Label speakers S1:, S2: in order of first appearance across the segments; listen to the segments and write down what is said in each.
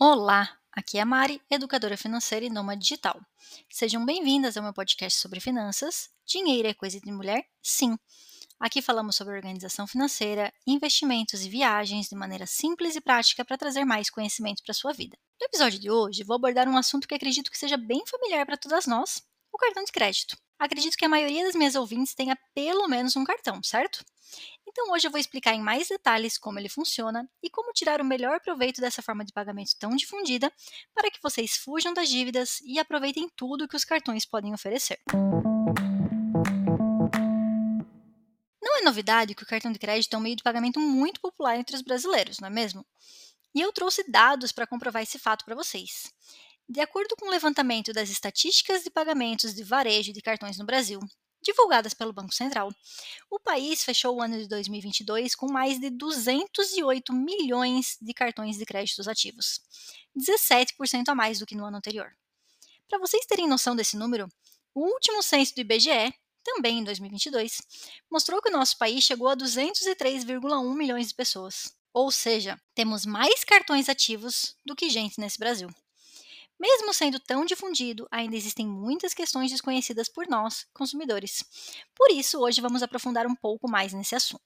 S1: Olá, aqui é a Mari, educadora financeira e nômade digital. Sejam bem-vindas ao meu podcast sobre finanças. Dinheiro é coisa de mulher? Sim. Aqui falamos sobre organização financeira, investimentos e viagens de maneira simples e prática para trazer mais conhecimento para a sua vida. No episódio de hoje, vou abordar um assunto que acredito que seja bem familiar para todas nós: o cartão de crédito. Acredito que a maioria das minhas ouvintes tenha pelo menos um cartão, certo? Então, hoje eu vou explicar em mais detalhes como ele funciona e como tirar o melhor proveito dessa forma de pagamento tão difundida para que vocês fujam das dívidas e aproveitem tudo que os cartões podem oferecer. Não é novidade que o cartão de crédito é um meio de pagamento muito popular entre os brasileiros, não é mesmo? E eu trouxe dados para comprovar esse fato para vocês. De acordo com o levantamento das estatísticas de pagamentos de varejo de cartões no Brasil, divulgadas pelo Banco Central, o país fechou o ano de 2022 com mais de 208 milhões de cartões de créditos ativos, 17% a mais do que no ano anterior. Para vocês terem noção desse número, o último censo do IBGE, também em 2022, mostrou que o nosso país chegou a 203,1 milhões de pessoas. Ou seja, temos mais cartões ativos do que gente nesse Brasil. Mesmo sendo tão difundido, ainda existem muitas questões desconhecidas por nós, consumidores. Por isso, hoje vamos aprofundar um pouco mais nesse assunto.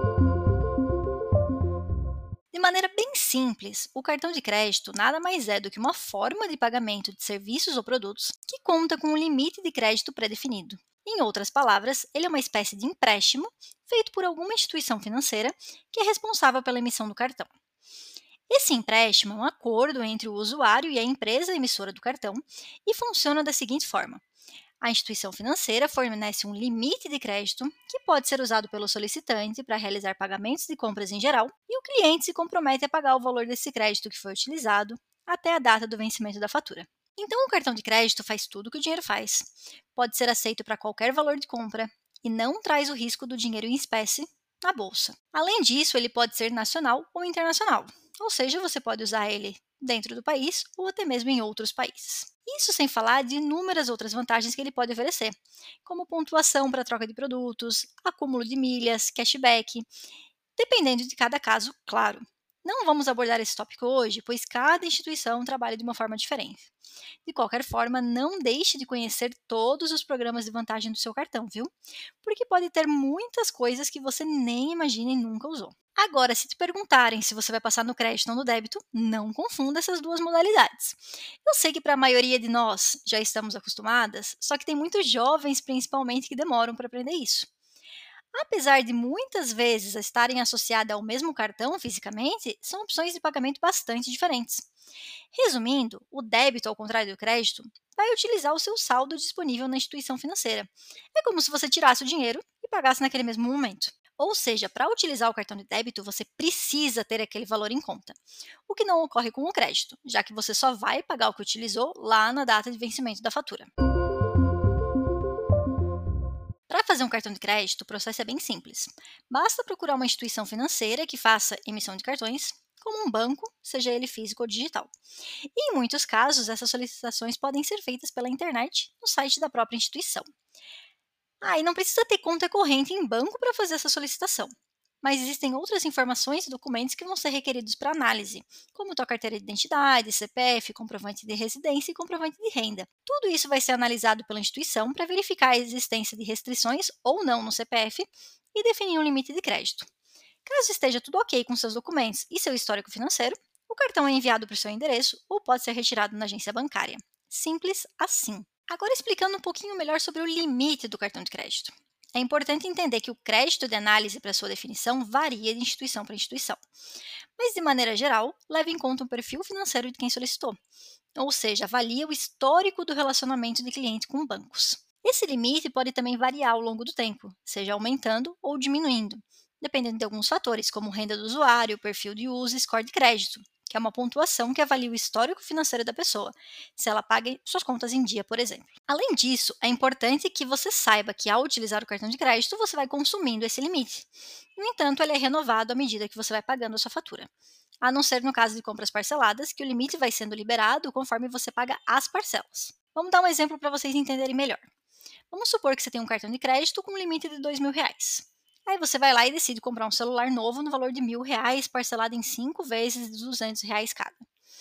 S1: De maneira bem simples, o cartão de crédito nada mais é do que uma forma de pagamento de serviços ou produtos que conta com um limite de crédito pré-definido. Em outras palavras, ele é uma espécie de empréstimo feito por alguma instituição financeira que é responsável pela emissão do cartão. Esse empréstimo é um acordo entre o usuário e a empresa emissora do cartão e funciona da seguinte forma: a instituição financeira fornece um limite de crédito que pode ser usado pelo solicitante para realizar pagamentos de compras em geral, e o cliente se compromete a pagar o valor desse crédito que foi utilizado até a data do vencimento da fatura. Então, o cartão de crédito faz tudo o que o dinheiro faz. Pode ser aceito para qualquer valor de compra e não traz o risco do dinheiro em espécie na bolsa. Além disso, ele pode ser nacional ou internacional, ou seja, você pode usar ele dentro do país ou até mesmo em outros países. Isso sem falar de inúmeras outras vantagens que ele pode oferecer, como pontuação para troca de produtos, acúmulo de milhas, cashback, dependendo de cada caso, claro. Não vamos abordar esse tópico hoje, pois cada instituição trabalha de uma forma diferente. De qualquer forma, não deixe de conhecer todos os programas de vantagem do seu cartão, viu? Porque pode ter muitas coisas que você nem imagina e nunca usou. Agora, se te perguntarem se você vai passar no crédito ou no débito, não confunda essas duas modalidades. Eu sei que para a maioria de nós já estamos acostumadas, só que tem muitos jovens principalmente que demoram para aprender isso. Apesar de muitas vezes estarem associadas ao mesmo cartão fisicamente, são opções de pagamento bastante diferentes. Resumindo, o débito, ao contrário do crédito, vai utilizar o seu saldo disponível na instituição financeira. É como se você tirasse o dinheiro e pagasse naquele mesmo momento. Ou seja, para utilizar o cartão de débito, você precisa ter aquele valor em conta, o que não ocorre com o crédito, já que você só vai pagar o que utilizou lá na data de vencimento da fatura. Para fazer um cartão de crédito, o processo é bem simples. Basta procurar uma instituição financeira que faça emissão de cartões, como um banco, seja ele físico ou digital. E, em muitos casos, essas solicitações podem ser feitas pela internet, no site da própria instituição. E não precisa ter conta corrente em banco para fazer essa solicitação. Mas existem outras informações e documentos que vão ser requeridos para análise, como tua carteira de identidade, CPF, comprovante de residência e comprovante de renda. Tudo isso vai ser analisado pela instituição para verificar a existência de restrições ou não no CPF e definir um limite de crédito. Caso esteja tudo ok com seus documentos e seu histórico financeiro, o cartão é enviado para o seu endereço ou pode ser retirado na agência bancária. Simples assim. Agora, explicando um pouquinho melhor sobre o limite do cartão de crédito. É importante entender que o crédito de análise para sua definição varia de instituição para instituição, mas de maneira geral, leva em conta o perfil financeiro de quem solicitou, ou seja, avalia o histórico do relacionamento de cliente com bancos. Esse limite pode também variar ao longo do tempo, seja aumentando ou diminuindo, dependendo de alguns fatores, como renda do usuário, perfil de uso e score de crédito, que é uma pontuação que avalia o histórico financeiro da pessoa, se ela paga suas contas em dia, por exemplo. Além disso, é importante que você saiba que ao utilizar o cartão de crédito, você vai consumindo esse limite. No entanto, ele é renovado à medida que você vai pagando a sua fatura. A não ser no caso de compras parceladas, que o limite vai sendo liberado conforme você paga as parcelas. Vamos dar um exemplo para vocês entenderem melhor. Vamos supor que você tem um cartão de crédito com um limite de R$ 2.000. Aí você vai lá e decide comprar um celular novo no valor de R$ 1.000, parcelado em 5 vezes de R$ 200 cada.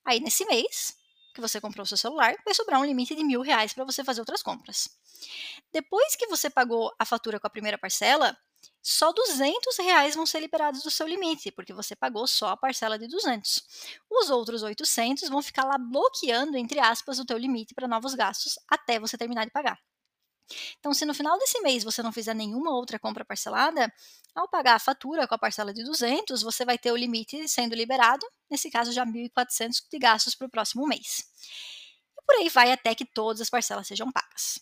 S1: Aí, nesse mês que você comprou o seu celular, vai sobrar um limite de R$ 1.000 para você fazer outras compras. Depois que você pagou a fatura com a primeira parcela, só R$ 200 vão ser liberados do seu limite, porque você pagou só a parcela de 200. Os outros 800 vão ficar lá bloqueando, entre aspas, o teu limite para novos gastos até você terminar de pagar. Então, se no final desse mês você não fizer nenhuma outra compra parcelada, ao pagar a fatura com a parcela de 200, você vai ter o limite sendo liberado, nesse caso já 1.400 de gastos para o próximo mês. E por aí vai até que todas as parcelas sejam pagas.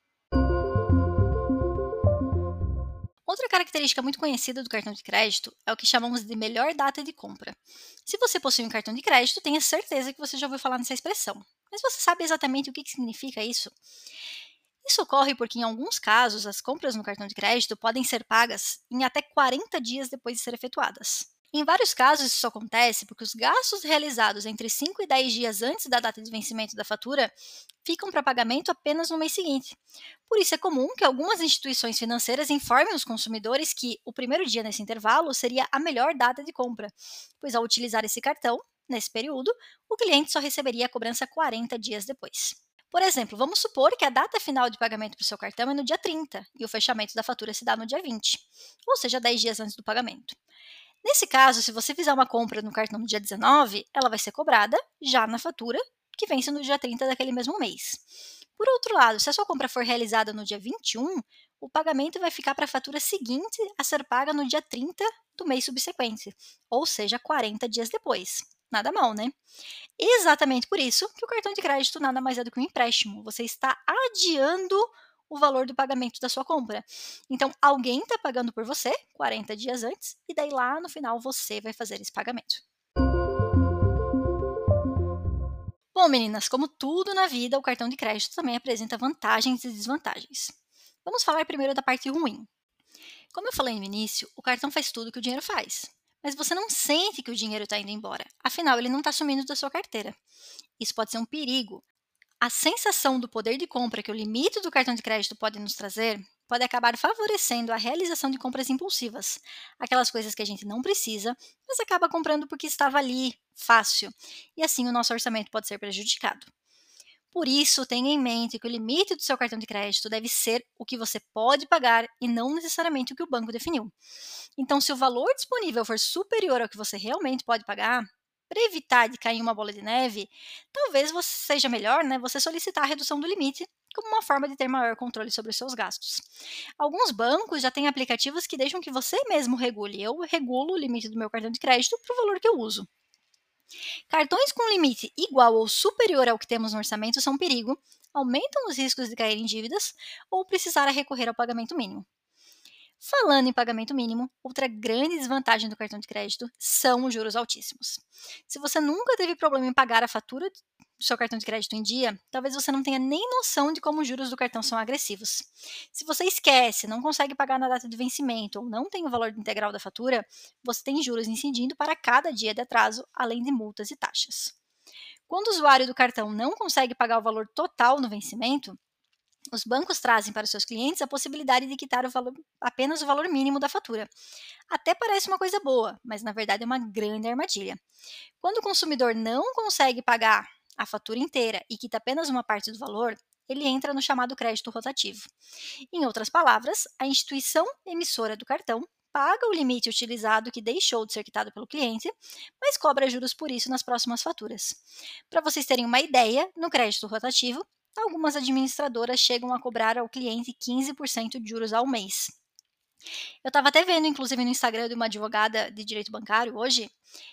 S1: Outra característica muito conhecida do cartão de crédito é o que chamamos de melhor data de compra. Se você possui um cartão de crédito, tenha certeza que você já ouviu falar nessa expressão. Mas você sabe exatamente o que significa isso? Isso ocorre porque, em alguns casos, as compras no cartão de crédito podem ser pagas em até 40 dias depois de serem efetuadas. Em vários casos, isso acontece porque os gastos realizados entre 5 e 10 dias antes da data de vencimento da fatura ficam para pagamento apenas no mês seguinte. Por isso, é comum que algumas instituições financeiras informem os consumidores que o primeiro dia nesse intervalo seria a melhor data de compra, pois, ao utilizar esse cartão, nesse período, o cliente só receberia a cobrança 40 dias depois. Por exemplo, vamos supor que a data final de pagamento para o seu cartão é no dia 30 e o fechamento da fatura se dá no dia 20, ou seja, 10 dias antes do pagamento. Nesse caso, se você fizer uma compra no cartão no dia 19, ela vai ser cobrada já na fatura, que vence no dia 30 daquele mesmo mês. Por outro lado, se a sua compra for realizada no dia 21, o pagamento vai ficar para a fatura seguinte a ser paga no dia 30 do mês subsequente, ou seja, 40 dias depois. Nada mal, né? Exatamente por isso que o cartão de crédito nada mais é do que um empréstimo. Você está adiando o valor do pagamento da sua compra. Então, alguém está pagando por você 40 dias antes, e daí lá no final você vai fazer esse pagamento. Bom, meninas, como tudo na vida, o cartão de crédito também apresenta vantagens e desvantagens. Vamos falar primeiro da parte ruim. Como eu falei no início, o cartão faz tudo que o dinheiro faz. Mas você não sente que o dinheiro está indo embora. Afinal, ele não está sumindo da sua carteira. Isso pode ser um perigo. A sensação do poder de compra que o limite do cartão de crédito pode nos trazer pode acabar favorecendo a realização de compras impulsivas, aquelas coisas que a gente não precisa, mas acaba comprando porque estava ali, fácil, e assim o nosso orçamento pode ser prejudicado. Por isso, tenha em mente que o limite do seu cartão de crédito deve ser o que você pode pagar e não necessariamente o que o banco definiu. Então, se o valor disponível for superior ao que você realmente pode pagar, para evitar de cair em uma bola de neve, talvez seja melhor, né, você solicitar a redução do limite como uma forma de ter maior controle sobre os seus gastos. Alguns bancos já têm aplicativos que deixam que você mesmo regule. Eu regulo o limite do meu cartão de crédito para o valor que eu uso. Cartões com limite igual ou superior ao que temos no orçamento são um perigo, aumentam os riscos de cair em dívidas ou precisar recorrer ao pagamento mínimo. Falando em pagamento mínimo, outra grande desvantagem do cartão de crédito são os juros altíssimos. Se você nunca teve problema em pagar a fatura do seu cartão de crédito em dia, talvez você não tenha nem noção de como os juros do cartão são agressivos. Se você esquece, não consegue pagar na data de vencimento ou não tem o valor integral da fatura, você tem juros incidindo para cada dia de atraso, além de multas e taxas. Quando o usuário do cartão não consegue pagar o valor total no vencimento, os bancos trazem para os seus clientes a possibilidade de quitar apenas o valor mínimo da fatura. Até parece uma coisa boa, mas na verdade é uma grande armadilha. Quando o consumidor não consegue pagar a fatura inteira e quita apenas uma parte do valor, ele entra no chamado crédito rotativo. Em outras palavras, a instituição emissora do cartão paga o limite utilizado que deixou de ser quitado pelo cliente, mas cobra juros por isso nas próximas faturas. Para vocês terem uma ideia, no crédito rotativo, algumas administradoras chegam a cobrar ao cliente 15% de juros ao mês. Eu estava até vendo, inclusive, no Instagram de uma advogada de direito bancário hoje,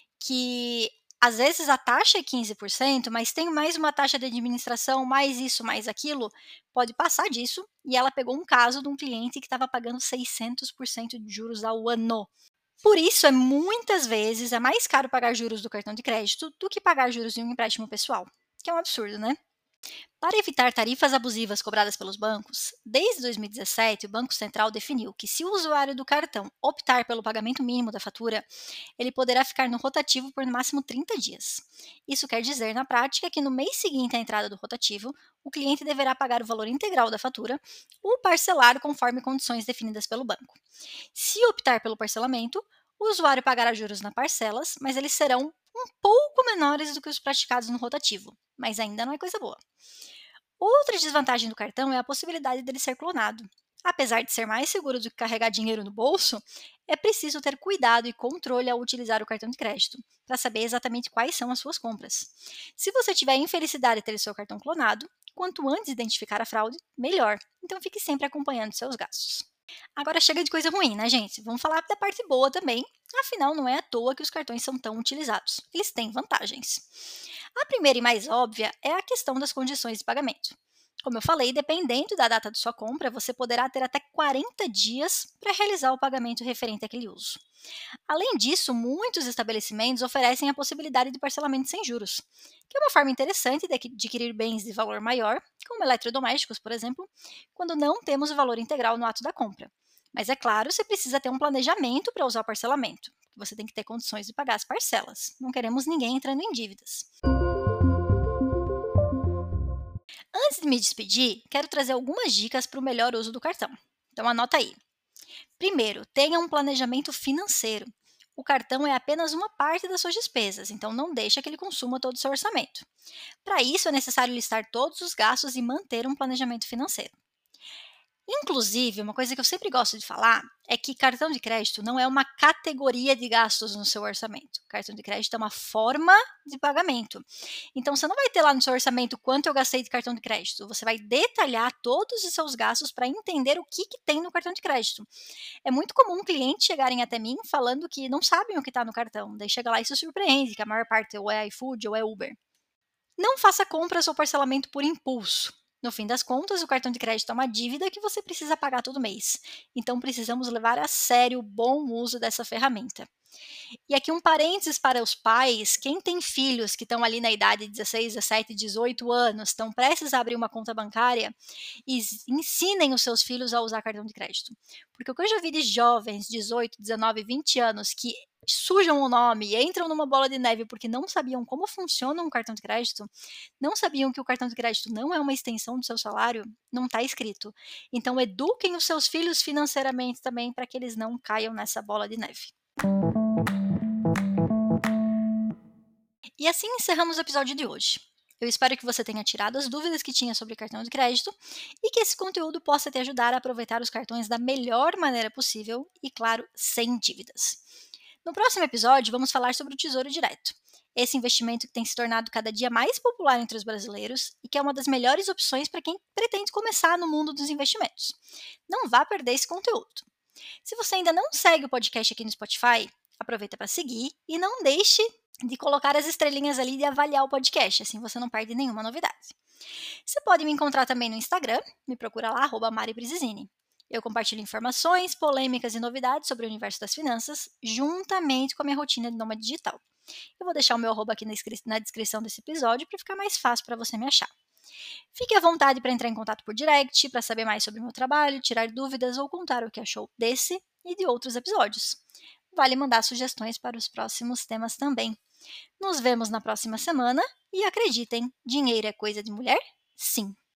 S1: que às vezes a taxa é 15%, mas tem mais uma taxa de administração, mais isso, mais aquilo, pode passar disso. E ela pegou um caso de um cliente que estava pagando 600% de juros ao ano. Por isso, muitas vezes é mais caro pagar juros do cartão de crédito do que pagar juros de um empréstimo pessoal, que é um absurdo, né? Para evitar tarifas abusivas cobradas pelos bancos, desde 2017, o Banco Central definiu que, se o usuário do cartão optar pelo pagamento mínimo da fatura, ele poderá ficar no rotativo por no máximo 30 dias. Isso quer dizer, na prática, que no mês seguinte à entrada do rotativo, o cliente deverá pagar o valor integral da fatura ou parcelar conforme condições definidas pelo banco. Se optar pelo parcelamento, o usuário pagará juros nas parcelas, mas eles serão um pouco menores do que os praticados no rotativo, mas ainda não é coisa boa. Outra desvantagem do cartão é a possibilidade dele ser clonado. Apesar de ser mais seguro do que carregar dinheiro no bolso, é preciso ter cuidado e controle ao utilizar o cartão de crédito, para saber exatamente quais são as suas compras. Se você tiver a infelicidade de ter seu cartão clonado, quanto antes identificar a fraude, melhor. Então fique sempre acompanhando seus gastos. Agora chega de coisa ruim, né, gente? Vamos falar da parte boa também. Afinal, não é à toa que os cartões são tão utilizados. Eles têm vantagens. A primeira e mais óbvia é a questão das condições de pagamento. Como eu falei, dependendo da data de sua compra, você poderá ter até 40 dias para realizar o pagamento referente àquele uso. Além disso, muitos estabelecimentos oferecem a possibilidade de parcelamento sem juros, que é uma forma interessante de adquirir bens de valor maior, como eletrodomésticos, por exemplo, quando não temos o valor integral no ato da compra. Mas é claro, você precisa ter um planejamento para usar o parcelamento. Você tem que ter condições de pagar as parcelas. Não queremos ninguém entrando em dívidas. Antes de me despedir, quero trazer algumas dicas para o melhor uso do cartão. Então anota aí. Primeiro, tenha um planejamento financeiro. O cartão é apenas uma parte das suas despesas, então não deixe que ele consuma todo o seu orçamento. Para isso, é necessário listar todos os gastos e manter um planejamento financeiro. Inclusive, uma coisa que eu sempre gosto de falar é que cartão de crédito não é uma categoria de gastos no seu orçamento. Cartão de crédito é uma forma de pagamento. Então, você não vai ter lá no seu orçamento quanto eu gastei de cartão de crédito. Você vai detalhar todos os seus gastos para entender o que tem no cartão de crédito. É muito comum clientes chegarem até mim falando que não sabem o que está no cartão. Daí chega lá e se surpreende, que a maior parte ou é iFood ou é Uber. Não faça compras ou parcelamento por impulso. No fim das contas, o cartão de crédito é uma dívida que você precisa pagar todo mês. Então, precisamos levar a sério o bom uso dessa ferramenta. E aqui um parênteses para os pais, quem tem filhos que estão ali na idade de 16, 17, 18 anos, estão prestes a abrir uma conta bancária, ensinem os seus filhos a usar cartão de crédito. Porque o que eu já vi de jovens, 18, 19, 20 anos, que sujam o nome e entram numa bola de neve porque não sabiam como funciona um cartão de crédito, não sabiam que o cartão de crédito não é uma extensão do seu salário, não está escrito. Então eduquem os seus filhos financeiramente também para que eles não caiam nessa bola de neve. E assim encerramos o episódio de hoje. Eu espero que você tenha tirado as dúvidas que tinha sobre cartão de crédito e que esse conteúdo possa te ajudar a aproveitar os cartões da melhor maneira possível e, claro, sem dívidas. No próximo episódio, vamos falar sobre o Tesouro Direto. Esse investimento que tem se tornado cada dia mais popular entre os brasileiros e que é uma das melhores opções para quem pretende começar no mundo dos investimentos. Não vá perder esse conteúdo. Se você ainda não segue o podcast aqui no Spotify, aproveita para seguir e não deixe de colocar as estrelinhas ali e de avaliar o podcast, assim você não perde nenhuma novidade. Você pode me encontrar também no Instagram, me procura lá, @maribrizizini. Eu compartilho informações, polêmicas e novidades sobre o universo das finanças, juntamente com a minha rotina de nômade digital. Eu vou deixar o meu arroba aqui na descrição desse episódio para ficar mais fácil para você me achar. Fique à vontade para entrar em contato por direct, para saber mais sobre o meu trabalho, tirar dúvidas ou contar o que achou desse e de outros episódios. Vale mandar sugestões para os próximos temas também. Nos vemos na próxima semana e acreditem, dinheiro é coisa de mulher? Sim.